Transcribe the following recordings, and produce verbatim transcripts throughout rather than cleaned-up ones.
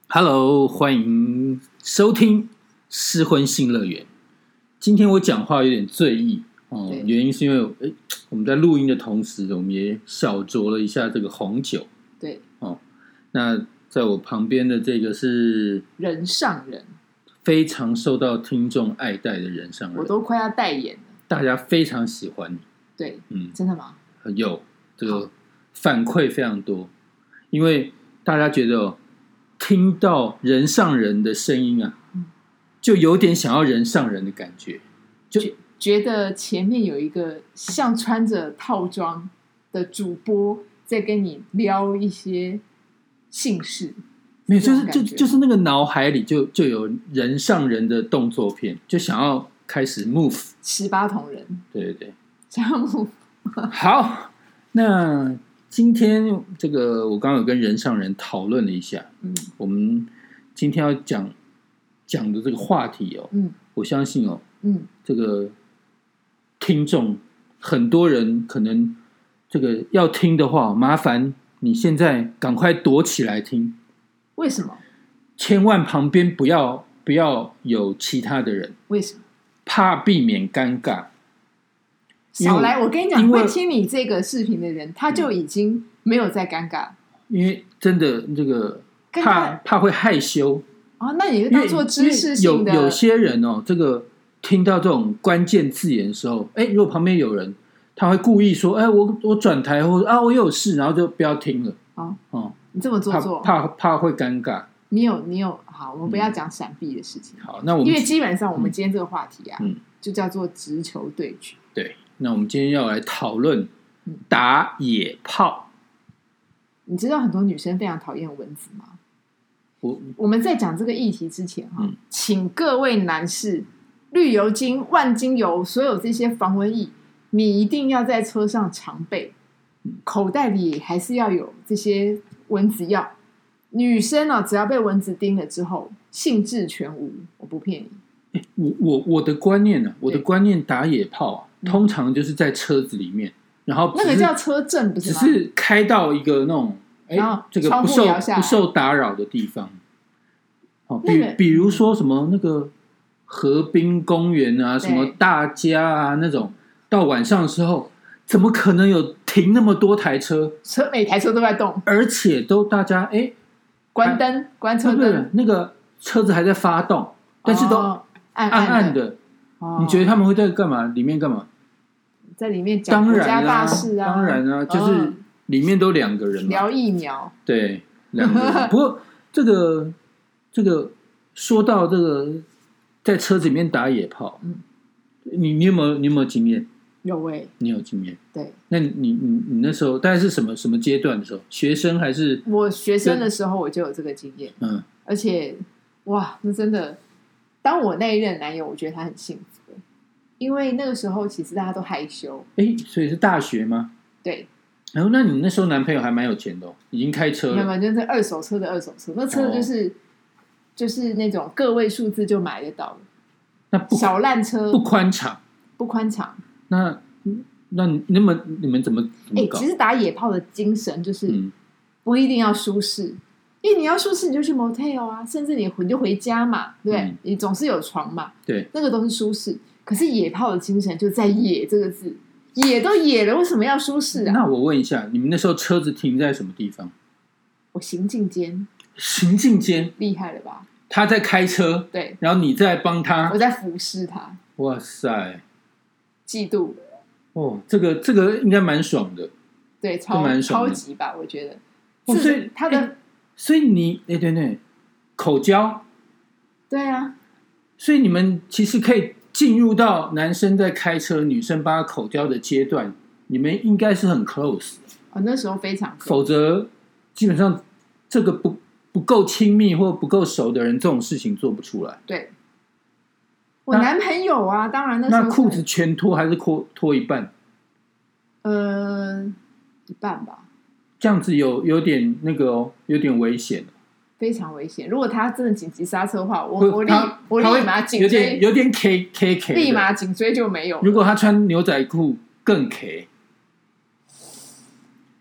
Hello， 欢迎收听失婚新乐园。今天我讲话有点醉意哦，原因是因为诶我们在录音的同时，我们也小酌了一下这个红酒。 对哦，那在我旁边的这个是人上人， 非常受到听众爱戴的人上人， 我都快要代言了。 大家非常喜欢你。 对， 嗯， 真的吗？ 有这个反馈非常多，因为大家觉得、哦、听到人上人的声音啊，嗯、就有点想要人上人的感觉，就觉觉得前面有一个像穿着套装的主播在跟你撩一些性事， 没有，就是就就是那个脑海里就就有人上人的动作片，就想要开始 move 十八铜人， 对对对， 想要 move 好，那今天这个我刚刚有跟人上人讨论了一下，嗯，我们今天要讲讲的这个话题哦，嗯，我相信哦，嗯，这个听众很多人可能这个要听的话，麻烦你现在赶快躲起来听。 为什么？ 千万旁边不要不要有其他的人。 为什么？ 怕避免尴尬。 少来，我跟你讲，会听你这个视频的人，他就已经没有在尴尬， 因为真的这个怕怕会害羞啊、哦。那你就当做知识性的。 有有些人哦，这个听到这种关键字眼的时候，哎，如果旁边有人，他会故意说，哎，我我转台或者啊我有事，然后就不要听了。 哦哦，你这么做作， 怕怕怕会尴尬。 你有你有好，我们不要讲闪避的事情。 嗯、好，那我们因为基本上我们今天这个话题啊， 嗯， 就叫做直球对决。 对。那我们今天要来讨论打野炮。 你知道很多女生非常讨厌蚊子吗？ 我我们在讲这个议题之前哈、嗯，请各位男士，绿油精、万金油，所有这些防蚊液，你一定要在车上常备，口袋里还是要有这些蚊子药。女生啊，只要被蚊子叮了之后，兴致全无，我不骗你。 我我我的观念呢、啊，我的观念打野炮啊。通常就是在车子里面，然后那个叫车震，不是吗？ 只是开到一个那种哎，这个不受不受打扰的地方。哦，比、那個、比如说什么那个河滨公园啊，什么大家啊那种，到晚上的时候，怎么可能有停那么多台车？ 车每台车都在动， 而且都大家哎关灯关车灯， 那个车子还在发动，但是都暗暗的。暗暗的哦、你觉得他们会在干嘛？里面干嘛？ 在里面讲国家大事啊， 当然啊，就是里面都两个人嘛， 聊疫苗， 对，两个人。不过这个这个说到这个在车子里面打野炮，嗯，你你有没有你有没有经验？ 有诶、欸， 你有经验？ 对， 那你你你那时候大概是什么什么阶段的时候？学生还是？ 我学生的时候我就有这个经验，嗯，而且哇，那真的，当我那一任男友，我觉得他很幸福。因为那个时候其实大家都害羞， 哎，所以是大学吗？ 对。 然后，那你那时候男朋友还蛮有钱的、哦，已经开车了。 没有，就是二手车的二手车，那车就是、哦、就是那种个位数字就买得到的。 那不小烂车， 不宽敞， 不宽敞。 那那你们你们怎么怎么搞？ 其实打野炮的精神就是不一定要舒适，嗯、因为你要舒适你就去 motel 啊，甚至你你就回家嘛，对不对？嗯、你总是有床嘛， 对， 那个都是舒适。可是野炮的精神就在野这个字，野都野了，为什么要舒适啊？ 那我问一下，你们那时候车子停在什么地方？ 我行进间， 行进间厉害了吧？ 他在开车， 对， 然后你在帮他， 我在服侍他。 哇塞， 嫉妒哦，这个这个应该蛮爽的， 对，超蛮爽超级吧？我觉得， 哦、所以他的，欸、所以你哎对对，口交， 对啊。 所以你们其实可以进入到男生在开车，女生帮他口交的阶段，你们应该是很 close 的。 哦，那时候非常 close， 否则基本上这个不不够亲密或不够熟的人，这种事情做不出来。 对，我男朋友啊，当然那时候那裤子全脱还是脱脱一半？ 呃，一半吧。 这样子有有点那个哦，有点危险。 非常危险！如果他真的紧急刹车的话，我我立我立马紧追， 有点有点 K K K， 立马紧追就没有。 如果他穿牛仔裤更 K，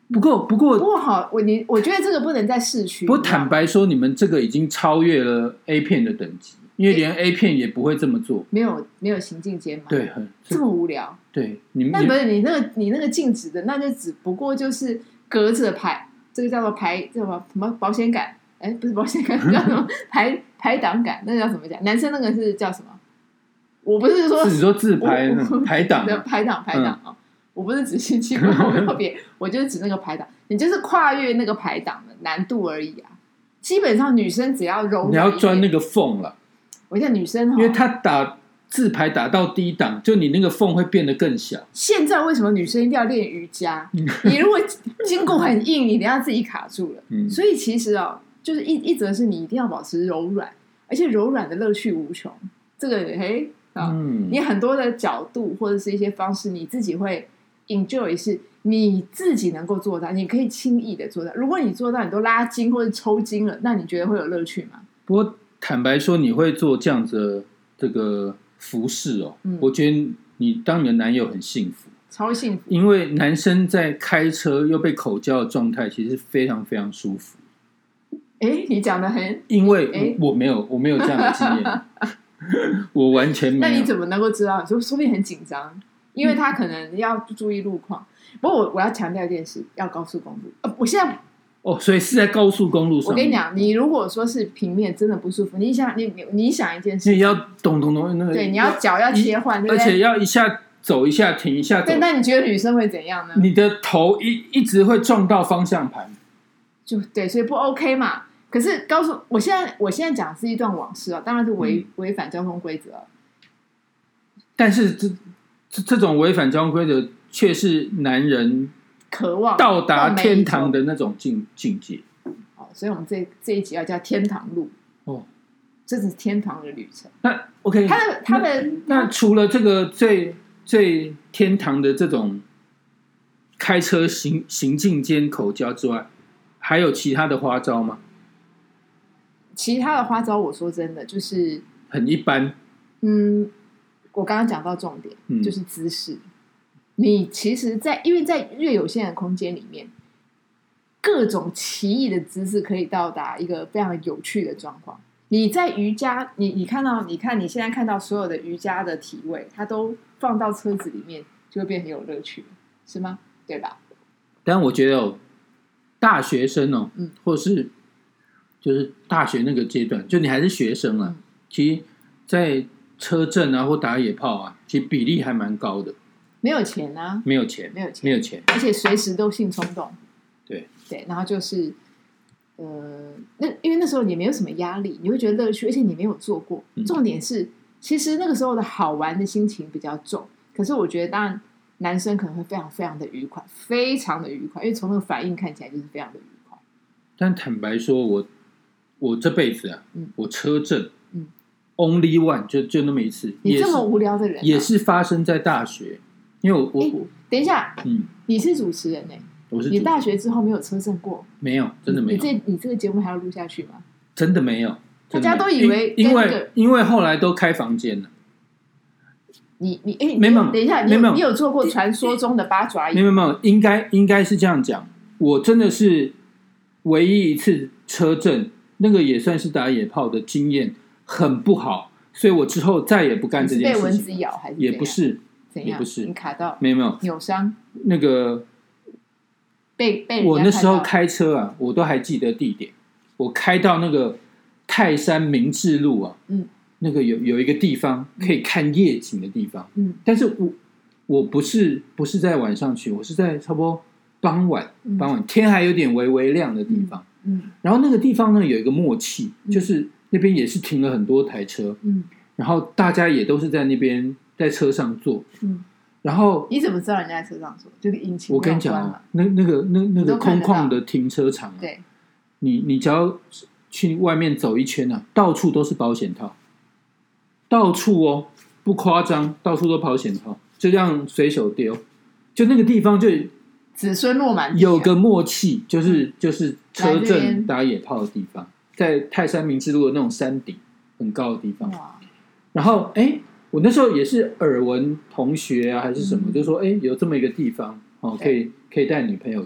不过不过不过好，我你我觉得这个不能在市区。 不过坦白说，你们这个已经超越了 A 片的等级，因为连 A 片也不会这么做。 没有没有行进间嘛？ 对，很这么无聊。 对，你们那不是你那个你那个禁止的，那就只不过就是隔着排，这个叫做排叫什么什么保险杆？哎，不是保险杆，叫什么排排挡杆？那叫什么讲？男生那个是叫什么？我不是说是说自排排挡的排挡排挡啊。嗯，我不是指性器官，我没有别，我就是指那个排档，你就是跨越那个排档的难度而已啊。基本上女生只要柔软， 你要钻那个缝了。 我讲女生， 因为她打自排打到低档，就你那个缝会变得更小。 现在为什么女生一定要练瑜伽？你如果筋骨很硬，你等一下自己卡住了。嗯，所以其实哦，就是一一则是你一定要保持柔软，而且柔软的乐趣无穷。这个嘿啊，嗯，你很多的角度或者是一些方式，你自己会。enjoy 是你自己能够做到，你可以轻易的做到。如果你做到，你都拉筋或者抽筋了，那你觉得会有乐趣吗？ 不过坦白说，你会做这样子的这个服饰哦，嗯，我觉得你当你的男友很幸福， 超幸福。 因为男生在开车又被口交的状态，其实非常非常舒服。 哎，你讲的很， 因为我没有我没有这样的经验，我完全没有。 那你怎么能够知道？说说不定很紧张。因为他可能要注意路况，不过我我要强调一件事，要高速公路。呃，我现在哦，所以是在高速公路上。 我跟你讲，你如果说是平面，真的不舒服。你想，你你你想一件事， 你要咚咚咚那个， 对，你要脚要切换，对不对？ 而且要一下走一下停一下走。 对，那你觉得女生会怎样呢？ 你的头一一直会撞到方向盘， 就对，所以不 OK 嘛。可是高速，我现在我现在讲的是一段往事啊，当然是违违反交通规则。 但是这。这种违反交通规则，却是男人渴望到达天堂的那种境境界。 哦，所以我们这这一集要叫天堂路。哦，这是天堂的旅程。 那 OK， 他的他的那, 那除了这个最最天堂的这种开车行行进间口交之外，还有其他的花招吗？ 其他的花招，我说真的，就是很一般。 嗯。我刚刚讲到重点，嗯、就是姿势。你其实在，因为在越有限的空间里面，各种奇异的姿势可以到达一个非常有趣的状况。你在瑜伽，你你看到，你看你现在看到所有的瑜伽的体位，它都放到车子里面，就会变很有乐趣，是吗？对吧？ 但我觉得哦，大学生哦，嗯，或者是就是大学那个阶段，就你还是学生啊，嗯、其实，在车震啊，或打野炮啊，其实比例还蛮高的。 没有钱啊， 没有钱， 没有钱， 没有钱， 而且随时都性冲动。 对对，然后就是，呃，那因为那时候也没有什么压力，你会觉得乐趣，而且你没有做过。嗯、重点是，其实那个时候的好玩的心情比较重。可是我觉得，当然男生可能会非常非常的愉快，非常的愉快，因为从那个反应看起来就是非常的愉快。 但坦白说，我我这辈子啊，嗯、我车震。Only one 就就那么一次， 你这么无聊的人、啊， 也是发生在大学，因为我我、欸、 等一下，嗯，你是主持人哎、欸， 我是你大学之后没有车震过？ 没有，真的没有。 你这你这个节目还要录下去吗？ 真的没有， 大家都以为、 那個、因为因为后来都开房间了。 你你哎， 没有， 等一下，你有你有做过传说中的八爪椅？ 没有没有，应该应该是这样讲。我真的是唯一一次车震，那个也算是打野炮的经验。很不好，所以我之后再也不干这件事情。 被蚊子咬还是也不是， 怎样？ 也不是， 你卡到没有没有扭伤。 那个被被我那时候开车啊，我都还记得地点。我开到那个泰山明志路啊，嗯，那个有有一个地方可以看夜景的地方，嗯，但是我我不是不是在晚上去，我是在差不多傍晚，嗯、傍晚天还有点微微亮的地方，嗯，嗯然后那个地方呢有一个默契，嗯、就是。那边也是停了很多台车，嗯，然后大家也都是在那边在车上坐，嗯，然后你怎么知道人家在车上坐？这个引擎我跟你讲啊，那那个那那个空旷的停车场、啊， 对， 你你只要去外面走一圈啊，到处都是保险套，到处哦，不夸张，到处都保险套，就这样随手丢，就那个地方就子孙落满、啊， 有个默契，就是就是车震打野炮的地方。在泰山明志路的那种山顶很高的地方，然后哎，我那时候也是耳闻同学啊还是什么，嗯、就说哎有这么一个地方哦，可以可以带女朋友去，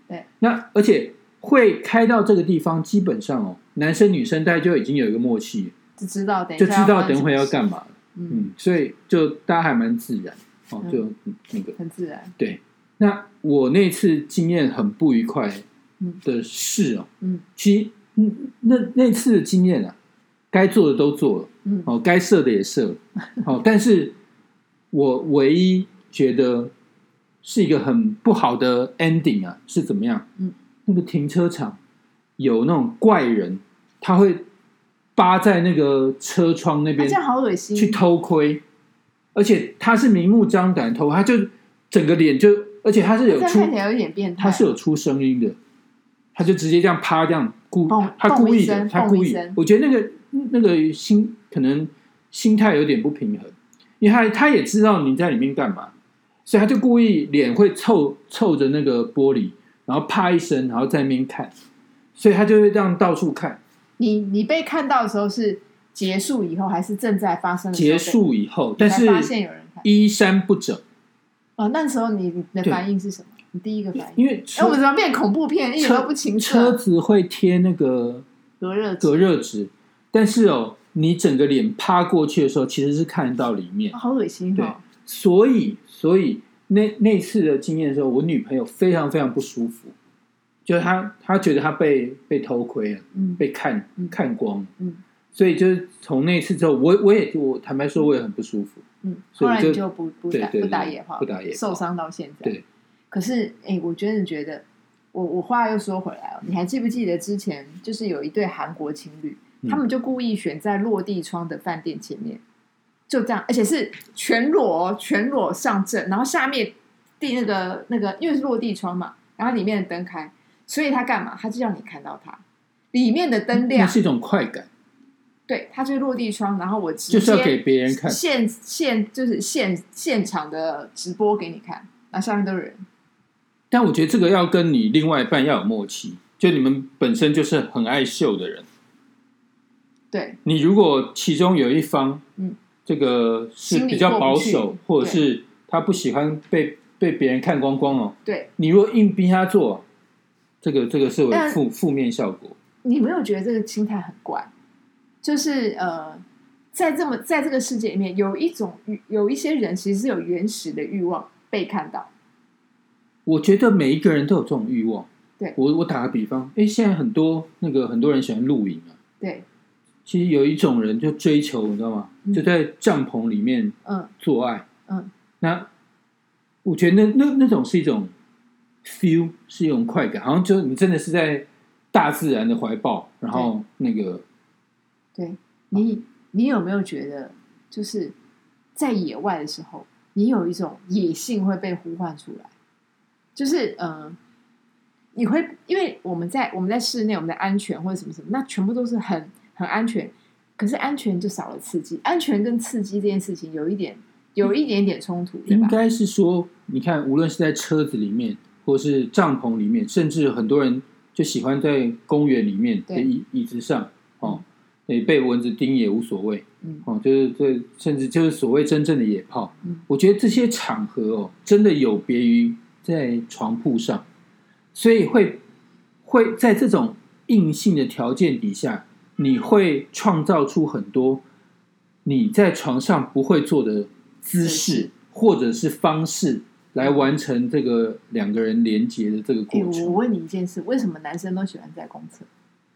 对， 那而且会开到这个地方，基本上哦，男生女生大概就已经有一个默契， 就知道等一就知道等会会要干嘛。嗯, 嗯，所以就大家还蛮自然哦，就那个、 嗯、很自然。 对，那我那次经验很不愉快的事哦， 嗯， 其实那那次的经验啊，该做的都做了，嗯，哦，该射的也射了，哦，但是我唯一觉得是一个很不好的 ending 啊，是怎么样？嗯，那个停车场有那种怪人，他会扒在那个车窗那边， 这样好恶心， 去偷窥，而且他是明目张胆偷，他就整个脸就，而且他是有出， 看起来有点变态， 他是有出声音的，他就直接这样趴这样故，他故意的，他故意，我觉得那个那个心可能心态有点不平衡，因为他他也知道你在里面干嘛，所以他就故意脸会凑凑着那个玻璃，然后啪一声，然后在那边看，所以他就会这样到处看。 你你被看到的时候是结束以后，还是正在发生的时候？ 结束以后，但是发现有人看， 衣衫不整。 哦，那时候你的反应是什么？你第一个反应？ 因为哎，我们怎么变恐怖片？一点都不情色。 车子会贴那个隔热隔热纸，但是哦，你整个脸趴过去的时候，其实是看得到里面， 哦、好恶心、哦。 对，所以所以那那次的经验的时候，我女朋友非常非常不舒服。就是他，他觉得他被被偷窥了，嗯、被看、嗯、看光，嗯，所以就是从那次之后，我我也我坦白说，我也很不舒服， 嗯，后来你就不不打不打野炮， 不打野炮， 受伤到现在， 对。 可是，哎，我真的觉得，我我话又说回来了，你还记不记得之前就是有一对韩国情侣，嗯、他们就故意选在落地窗的饭店前面，就这样，而且是全裸全裸上阵，然后下面地那个那个，因为是落地窗嘛，然后里面的灯开。所以他干嘛？他就让你看到他里面的灯亮， 那是一种快感。 对，他就是落地窗，然后我直接就是要给别人看， 现现就是现现场的直播给你看，然后下面都有人。 但我觉得这个要跟你另外一半要有默契，就你们本身就是很爱秀的人。 对， 你如果其中有一方，嗯，这个是比较保守，或者是他不喜欢被被别人看光光哦， 对， 你如果硬逼他做。这个这个是有负负面效果。 你没有觉得这个心态很怪？就是呃，在这么在这个世界里面，有一种有一些人其实是有原始的欲望被看到。 我觉得每一个人都有这种欲望。 对， 我我打个比方，哎，现在很多那个很多人喜欢露营啊。 对， 其实有一种人就追求，你知道吗？嗯、就在帐篷里面嗯做爱。嗯，嗯那我觉得那那那种是一种。feel 是一种快感，好像就你真的是在大自然的怀抱，然后那个， 对你，你有没有觉得，就是在野外的时候，你有一种野性会被呼唤出来，就是嗯、呃，你会因为我们在我们在室内，我们的安全或者什么什么，那全部都是很很安全，可是安全就少了刺激，安全跟刺激这件事情有一点有一点点冲突， 应该是说，你看，无论是在车子里面。或是帐篷里面，甚至很多人就喜欢在公园里面的椅椅子上，哦，被蚊子叮也无所谓，嗯，哦，就是这，甚至就是所谓真正的野炮。嗯，我觉得这些场合哦，真的有别于在床铺上，所以会会在这种硬性的条件底下，你会创造出很多你在床上不会做的姿势或者是方式。来完成这个两个人连结的这个过程。 欸、我问你一件事：为什么男生都喜欢在公厕？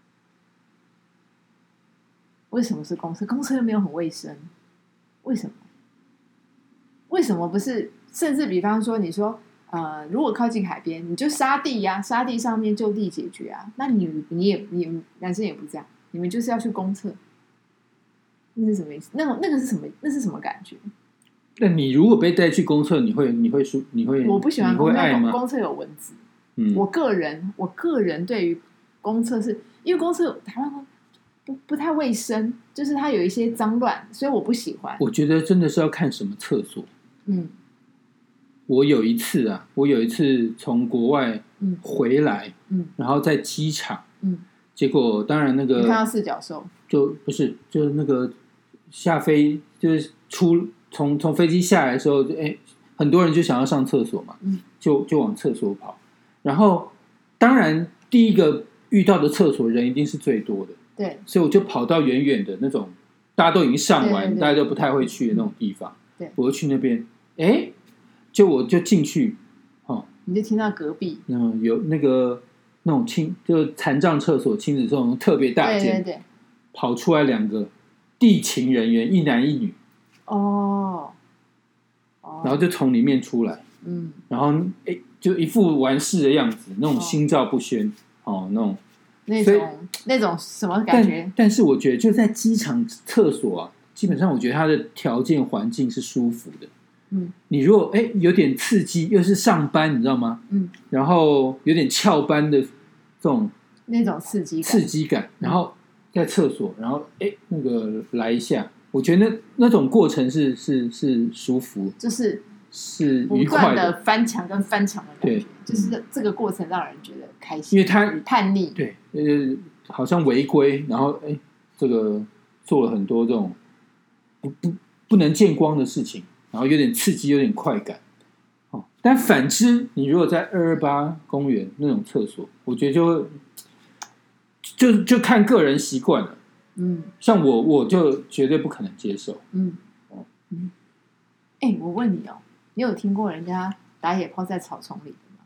为什么是公厕？公厕又没有很卫生，为什么？为什么不是？甚至比方说，你说呃，如果靠近海边，你就沙地呀、啊，沙地上面就地解决啊。那你你也你男生也不这样，你们就是要去公厕，那是什么意思？那个那个是什么？那是什么感觉？ 那你如果被带去公厕，你会你会说你会我不喜欢公厕， 公厕有蚊子。嗯，我个人我个人对于公厕是因为公厕台湾不不太卫生，就是它有一些脏乱，所以我不喜欢。 我觉得真的是要看什么厕所。嗯，我有一次啊，我有一次从国外回来，嗯，然后在机场，嗯，结果当然那个你看到四脚兽， 就不是就是那个下飞就是出。从从飞机下来的时候，哎，很多人就想要上厕所嘛，嗯、就就往厕所跑。然后当然第一个遇到的厕所人一定是最多的， 对， 所以我就跑到远远的那种大家都已经上完， 对对对， 大家都不太会去的那种地方， 对， 我就去那边，哎，就我就进去，哦， 你就听到隔壁， 嗯，有那个那种亲，就是残障厕所亲子这种特别大间， 对对对， 跑出来两个地勤人员，一男一女， 哦，哦， 然后就从里面出来， 嗯， 然后哎，就一副完事的样子，那种心照不宣，哦，那种那种那种什么感觉？ 但, 但是我觉得就在机场厕所啊，基本上我觉得它的条件环境是舒服的。 嗯， 你如果哎有点刺激，又是上班，你知道吗？ 嗯， 然后有点翘班的这种那种刺激感刺激感，然后在厕所，然后哎那个来一下，我觉得那那种过程是是是舒服， 就是是不愉快断的翻墙跟翻墙的感觉，就是这个过程让人觉得开心， 因为他叛逆， 对，呃，好像违规，然后哎这个做了很多这种不不不能见光的事情。然后有点刺激，有点快感，哦。但反之，你如果在二二八公园那种厕所，我觉得就会就就看个人习惯了。嗯，像我我就绝对不可能接受。 嗯嗯，哎、欸，我问你哦，你有听过人家打野炮在草丛里的吗？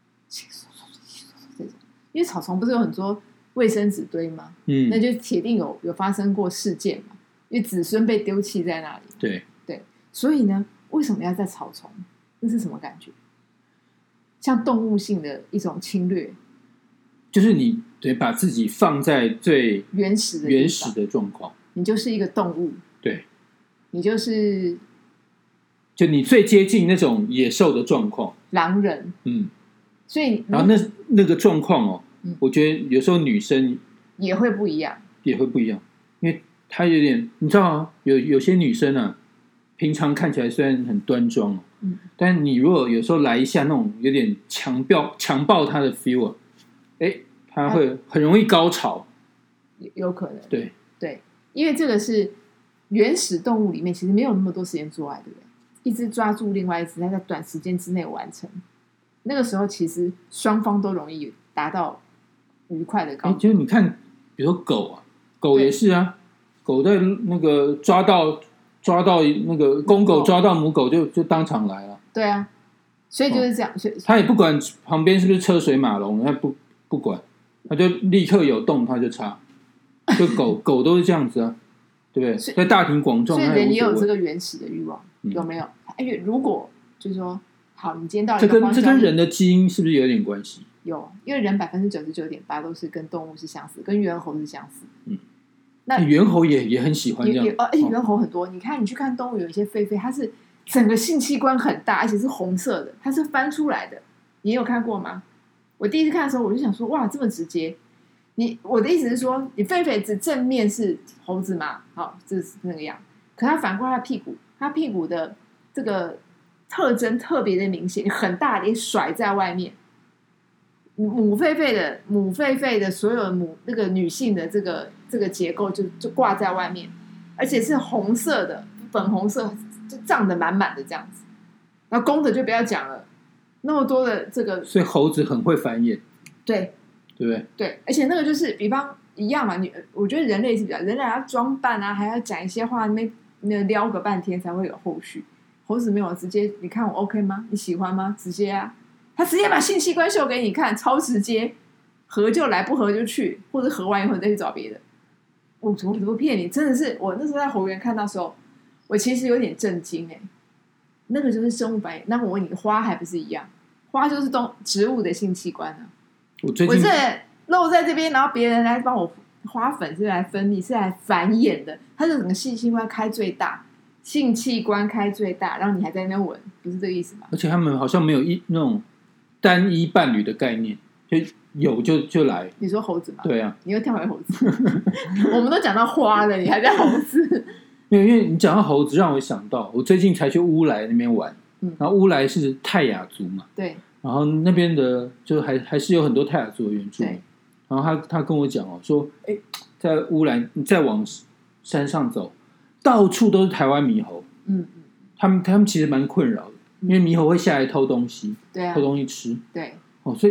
这种，因为草丛不是有很多卫生纸堆吗？嗯，那就铁定有有发生过事件嘛，因为子孙被丢弃在那里。 对。 所以呢，为什么要在草丛？那是什么感觉？像动物性的一种侵略， 就是你得把自己放在最原始的原始的状况， 你就是一个动物， 对， 你就是就你最接近那种野兽的状况， 狼人，嗯，所以然后那那个状况哦，嗯，我觉得有时候女生也会不一样， 也会不一样，因为她有点，你知道啊，有有些女生啊。平常看起来虽然很端庄，嗯，但你如果有时候来一下那种有点强暴强暴他的 feel 啊，哎，他会很容易高潮， 有可能， 对对，因为这个是原始动物里面其实没有那么多时间做爱，对不对？一只抓住另外一只，在在短时间之内完成，那个时候其实双方都容易达到愉快的高潮。 就是你看，比如说狗啊，狗也是啊，狗在那个抓到。抓到那个公狗，抓到母狗就就当场来了。 对啊，所以就是这样。所以他也不管旁边是不是车水马龙，他不不管，他就立刻有动他就插。就狗狗都是这样子啊，对不对？在大庭广众， 所以人也有这个原始的欲望，嗯、有没有？因为如果就是说，好，你今天到了一个荒郊野， 这跟这跟人的基因是不是有点关系？ 有，因为人百分之九十九点八都是跟动物是相似，跟猿猴是相似。嗯。 那猿猴也也很喜欢这样， 也而且猿猴很多。你看，你去看动物，有一些狒狒，它是整个性器官很大，而且是红色的，它是翻出来的。你有看过吗？我第一次看的时候，我就想说，哇，这么直接。你我的意思是说，你狒狒只正面是猴子嘛，好，这是那个样。可它反过来，它屁股，它屁股的这个特征特别的明显，很大的甩在外面。母狒狒的母狒狒的所有母那个女性的这个这个结构就就挂在外面，而且是红色的，粉红色，就胀得满满的这样子。然后公的就不要讲了，那么多的这个， 所以猴子很会繁衍， 对对不对？ 对，而且那个就是比方一样嘛，你我觉得人类是比较，人类还要装扮啊，还要讲一些话，那那撩个半天才会有后续。猴子没有直接，你看我 OK 吗？你喜欢吗？直接啊。他直接把性器官秀给你看，超直接，合就来，不合就去，或者合完以后再去找别的。我怎么不骗你？真的是我那时候在猴园看到时候，我其实有点震惊哎、欸。那个就是生物反应。那我问你，花还不是一样？花就是动植物的性器官啊。 我最近我这露在这边，然后别人来帮我花粉是来分泌，是来繁衍的。它是整个性器官开最大，性器官开最大，然后你还在那边闻，不是这个意思吗？ 而且他们好像没有一那种。单一伴侣的概念，就有就就来。 你说猴子吗？ 对啊， 你又跳回猴子。我们都讲到花了，你还在猴子？ 因为因为你讲到猴子，让我想到我最近才去乌来那边玩，嗯，然后乌来是泰雅族嘛， 对， 然后那边的就还还是有很多泰雅族的原住民。然后他他跟我讲哦，说，哎，在乌来你再往山上走，到处都是台湾猕猴，嗯嗯，他们他们其实蛮困扰的。因为猕猴会下来偷东西， 对啊， 偷东西吃， 对， 哦，所以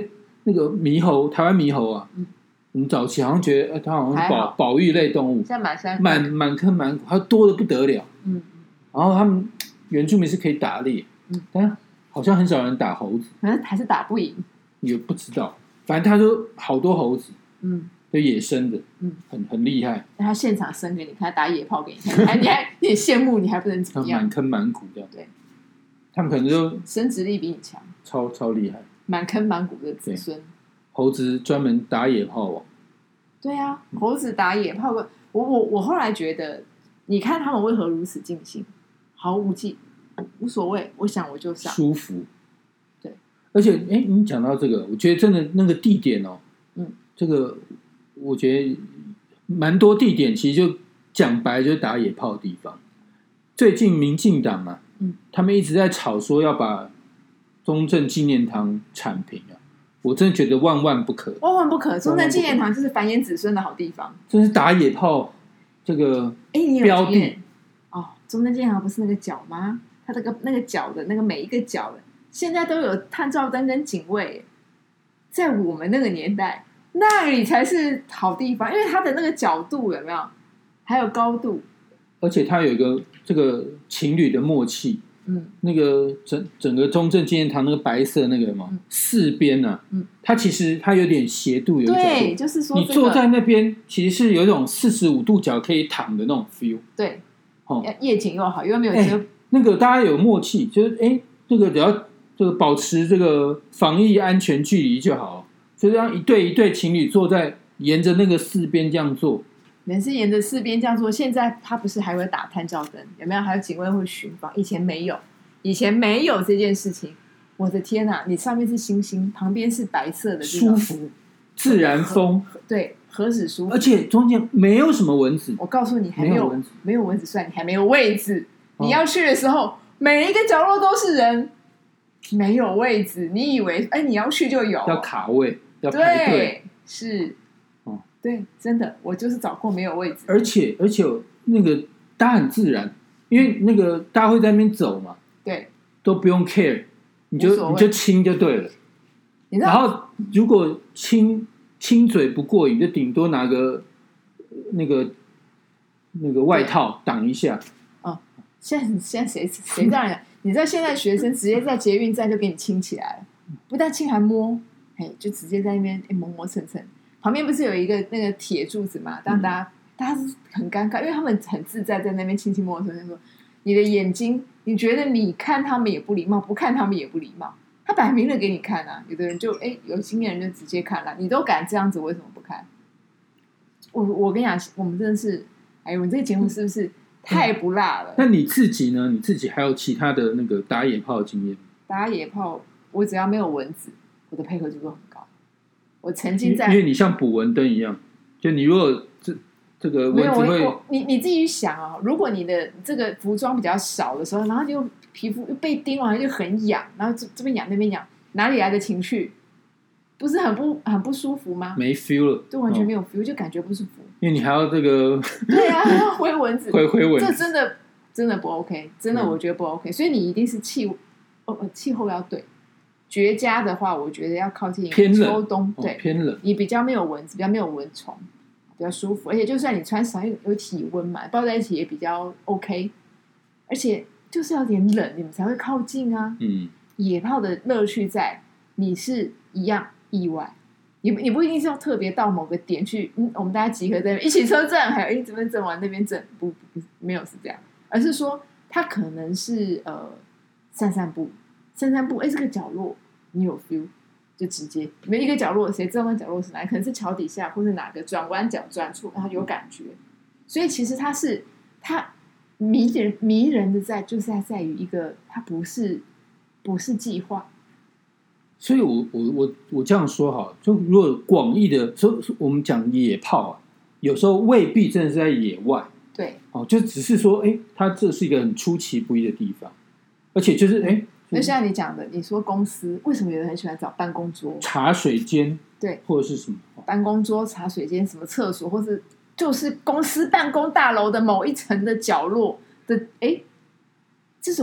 那个猕猴，台湾猕猴啊，嗯，我们早期好像觉得，呃、它好像是保保育类动物， 现在满山满满坑满谷，它多的不得了，嗯，然后他们原住民是可以打猎，嗯，但好像很少人打猴子， 可能还是打不赢， 也不知道，反正他说好多猴子，嗯，都野生的，嗯，很很厉害。 他现场生给你看，打野炮给你看，还你还你也羡慕，你还不能怎么样？ 满坑满谷的， 对， 他们可能就生殖力比你强， 超超厉害， 满坑满谷的子孙。 猴子专门打野炮王。 对啊，猴子打野炮，我我我后来觉得，你看他们为何如此尽兴，毫无忌，无所谓，我想我就上， 舒服。 对， 而且哎，你讲到这个，我觉得真的那个地点哦，嗯，这个我觉得蛮多地点，其实就讲白就是打野炮的地方。最近民进党啊，嗯，他们一直在吵说要把中正纪念堂铲平啊。我真的觉得万万不可， 万万不可！中正纪念堂就是繁衍子孙的好地方， 这是打野炮这个标的哦。中正纪念堂不是那个角吗？它那个那个角的那个每一个角的，现在都有探照灯跟警卫。在我们那个年代，那里才是好地方，因为它的那个角度有没有，还有高度， 而且它有一个这个情侣的默契。嗯，那个整整个中正纪念堂那个白色那个嘛、嗯、四边啊，嗯，它其实它有点斜度，有一对，就是说、 这个、你坐在那边其实是有一种四十五度角可以躺的那种 feel。 对，哦，夜景又好，又没有遮、欸。 那个大家有默契，就是哎，那个只要这个保持这个防疫安全距离就好，就这样一对一对情侣坐在沿着那个四边这样坐。 人是沿着四边这样做，现在他不是还会打探照灯？有没有？还有警卫会巡防？以前没有，以前没有这件事情。我的天哪！你上面是星星，旁边是白色的， 舒服，自然风， 对，何止舒服？ 而且中间没有什么蚊子。 我告诉你，还没有没有蚊子算你还没有位置。你要去的时候，哦、每一个角落都是人，没有位置。你以为哎，你要去就有？ 要卡位，要排队， 是。对，真的，我就是找过没有位置， 而且而且那个大家很自然，因为那个大家会在那边走嘛， 对， 都不用 care， 你就你就亲就对了。 你知道， 然后如果亲亲嘴不过瘾，就顶多拿个那个那个外套挡一下。 哦，现在现在谁谁这样？你知道现在学生直接在捷运站就给你亲起来了，不但亲还摸，哎，就直接在那边哎磨磨蹭蹭。旁边不是有一个那个铁柱子嘛？当大家、嗯、大家是很尴尬，因为他们很自在，在那边轻轻摸摸说：“你的眼睛，你觉得你看他们也不礼貌，不看他们也不礼貌。他摆明了给你看啊。”有的人就哎，有经验人就直接看了，你都敢这样子，为什么不看？我我跟你讲，我们真的是，哎呦，你这个节目是不是太不辣了？ 嗯、那你自己呢？你自己还有其他的那个打野炮的经验？ 打野炮，我只要没有蚊子，我的配合度都很高。我曾经在， 因为你像捕蚊灯一样，就你如果这这个蚊子会， 你你自己想啊、哦，如果你的这个服装比较少的时候，然后就皮肤被叮完就很痒，然后这这边痒那边痒，哪里来的情绪？不是很不很不舒服吗？ 没 feel 了， 就完全没有 feel，、哦、就感觉不舒服。 因为你还要这个， 对啊，还要挥蚊子， 挥挥蚊子， 这真的真的不 OK， 真的我觉得不 OK，、嗯、所以你一定是气哦气候要对。绝佳的话，我觉得要靠近秋冬，对、 哦，偏冷， 你比较没有蚊子，比较没有蚊虫，比较舒服。而且就算你穿少有体温嘛，抱在一起也比较 OK。而且就是要点冷，你们才会靠近啊。嗯，野炮的乐趣在你是一样意外，你你不一定是要特别到某个点去，嗯，我们大家集合在那边一起车震，还有哎这边震完那边震，不不没有是这样，而是说它可能是呃散散步。散散步，哎，这个角落你有 feel， 就直接每一个角落，谁知道那角落是哪里？可能是桥底下，或是哪个转弯角转处，然后有感觉。所以其实它是它迷人迷人的在，就是在在于一个它不是不是计划。 所以我我我我这样说哈，就如果广义的说，我们讲野炮啊，有时候未必真的是在野外， 对， 哦，就只是说，哎，它这是一个很出其不意的地方，而且就是哎。 就像你讲的，你说公司为什么有人很喜欢找办公桌、 茶水间， 对， 或者是什么办公桌、茶水间、什么厕所，或是就是公司办公大楼的某一层的角落的，哎，这种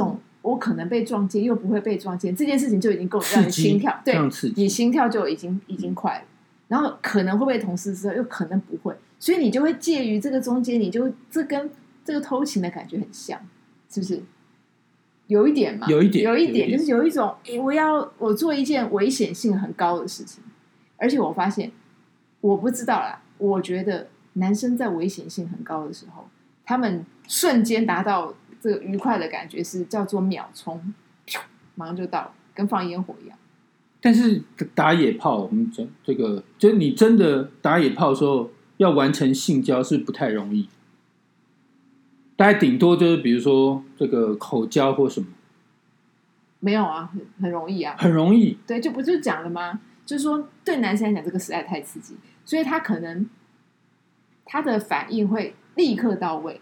我可能被撞见又不会被撞见，这件事情就已经够让你心跳，对，你心跳就已经已经快了。然后可能会不会同时知道，又可能不会，所以你就会介于这个中间，你就这跟这个偷情的感觉很像，是不是？有一点嘛， 有一点， 有一点，就是有一种，诶，我要我做一件危险性很高的事情，而且我发现，我不知道啦，我觉得男生在危险性很高的时候，他们瞬间达到这个愉快的感觉是叫做秒冲，马上就到了，跟放烟火一样。 但是打野炮，我们讲这个，就是你真的打野炮的时候，要完成性交是不太容易。大概顶多就是比如说这个口交或什么， 没有啊，很很容易啊， 很容易。 对，就不就讲了吗？就是说对男生来讲，这个实在太刺激，所以他可能他的反应会立刻到位。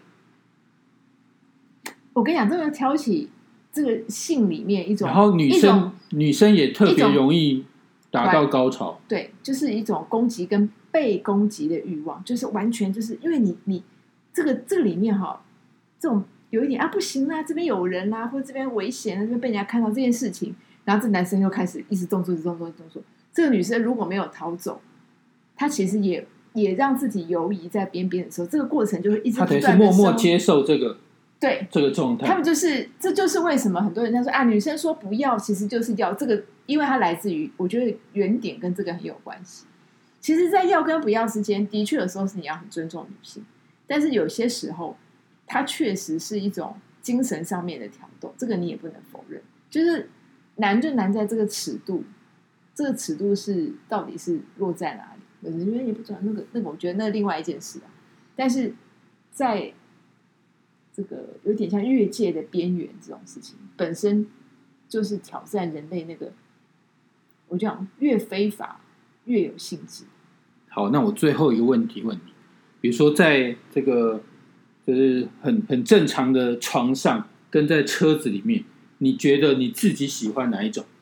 我跟你讲，这个挑起这个性里面一种， 然后女生女生也特别容易达到高潮， 对，就是一种攻击跟被攻击的欲望，就是完全就是因为你你这个这个里面哈。这种有一点啊，不行啦，这边有人啊，或者这边危险啊，这边被人家看到这件事情，然后这男生又开始一直动作，一直动作，一直动作。这个女生如果没有逃走，她其实也也让自己游移在边边的时候，这个过程就会一直不断的。 她等于是默默接受这个对这个状态。 他们就是这就是为什么很多人在说啊，女生说不要，其实就是要这个，因为它来自于我觉得原点跟这个很有关系。其实，在要跟不要之间，的确有时候是你要很尊重女性，但是有些时候。它确实是一种精神上面的挑逗，这个你也不能否认。就是难就难在这个尺度，这个尺度是到底是落在哪里？有人觉得也不知道，那个那个，我觉得那另外一件事啊。但是在这个有点像越界的边缘，这种事情本身就是挑战人类那个，我讲越非法越有性质。 好，那我最后一个问题问你，比如说在这个。就是很很正常的床上，跟在车子里面，你觉得你自己喜欢哪一种？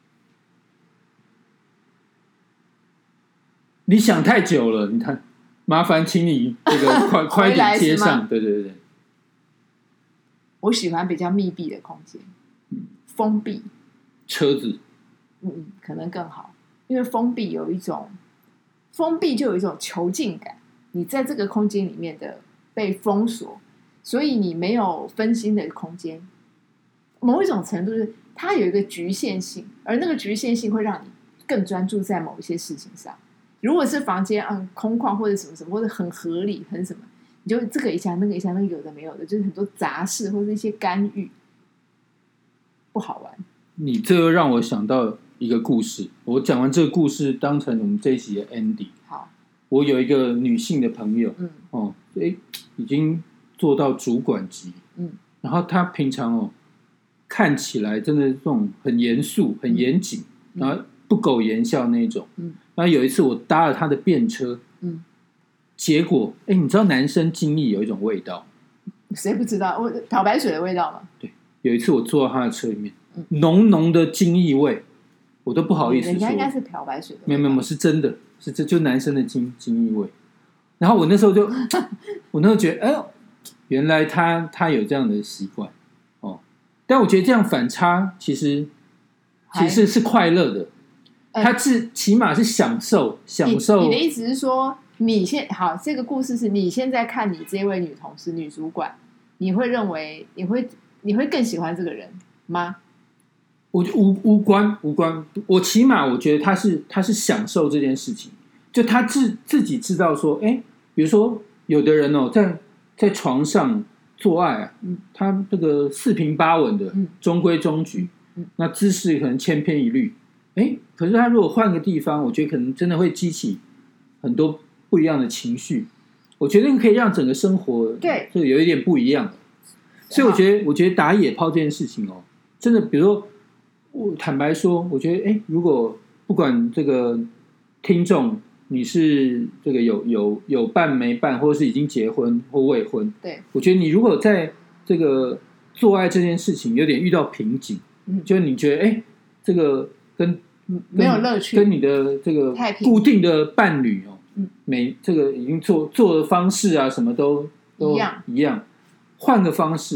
你想太久了，你看，麻烦请你这个快快一点接上。对对对， 我喜欢比较密闭的空间，嗯，封闭。 车子， 嗯，可能更好，因为封闭有一种封闭就有一种囚禁感，你在这个空间里面的。被封锁，所以你没有分心的空间。某一种程度是它有一个局限性，而那个局限性会让你更专注在某一些事情上。如果是房间嗯空旷或者什么什么，或者很合理很什么，你就这个一下那个一下那个有的没有的，就是很多杂事或者一些干预，不好玩。 你这又让我想到一个故事，我讲完这个故事当成我们这一集的 ending。 好。 我有一个女性的朋友，嗯，哦，诶，已经做到主管级，嗯，然后她平常哦，看起来真的这种很严肃、很严谨，嗯、然后不苟言笑那种，嗯，然后有一次我搭了她的便车，嗯，结果，哎，你知道男生精液有一种味道， 谁不知道？我漂白水的味道吗？ 对，有一次我坐到他的车里面，嗯、浓浓的精液味，我都不好意思说，人家应该是漂白水的味道， 没有没有，是真的。是这就男生的精精液味，然后我那时候就，我那时候觉得，哎呦，原来他他有这样的习惯哦。但我觉得这样反差其实其实是快乐的，他是起码是享受享受。 你的意思是说，你现好这个故事是你现在看你这位女同事女主管，你会认为你会你会更喜欢这个人吗？ 我无无关无关，我起码我觉得他是他是享受这件事情，就他自自己知道说，哎，比如说有的人哦，在在床上做爱啊，嗯、他这个四平八稳的，嗯、中规中矩，嗯、那姿势可能千篇一律，哎，可是他如果换个地方，我觉得可能真的会激起很多不一样的情绪，我觉得可以让整个生活对就有一点不一样，所以我觉得我觉得打野炮这件事情哦，真的，比如说。我坦白说，我觉得，哎，如果不管这个听众你是这个有有有伴没伴，或者是已经结婚或未婚， 对， 我觉得你如果在这个做爱这件事情有点遇到瓶颈，嗯，就你觉得，哎，这个跟没有乐趣， 跟你的这个固定的伴侣哦，嗯，每这个已经做做的方式啊，什么都都一样一样，换个方式，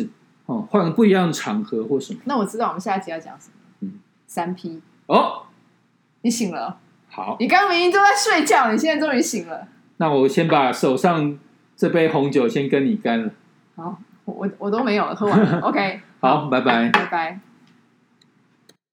哦，换不一样的场合或什么。 那我知道我们下一集要讲什么。 嗯， 三 P 哦， 你醒了。 好， 你刚刚明明都在睡觉，你现在终于醒了。 那我先把手上这杯红酒先跟你干了。 好，我我都没有了，喝完了。OK， 好，拜拜， 拜拜。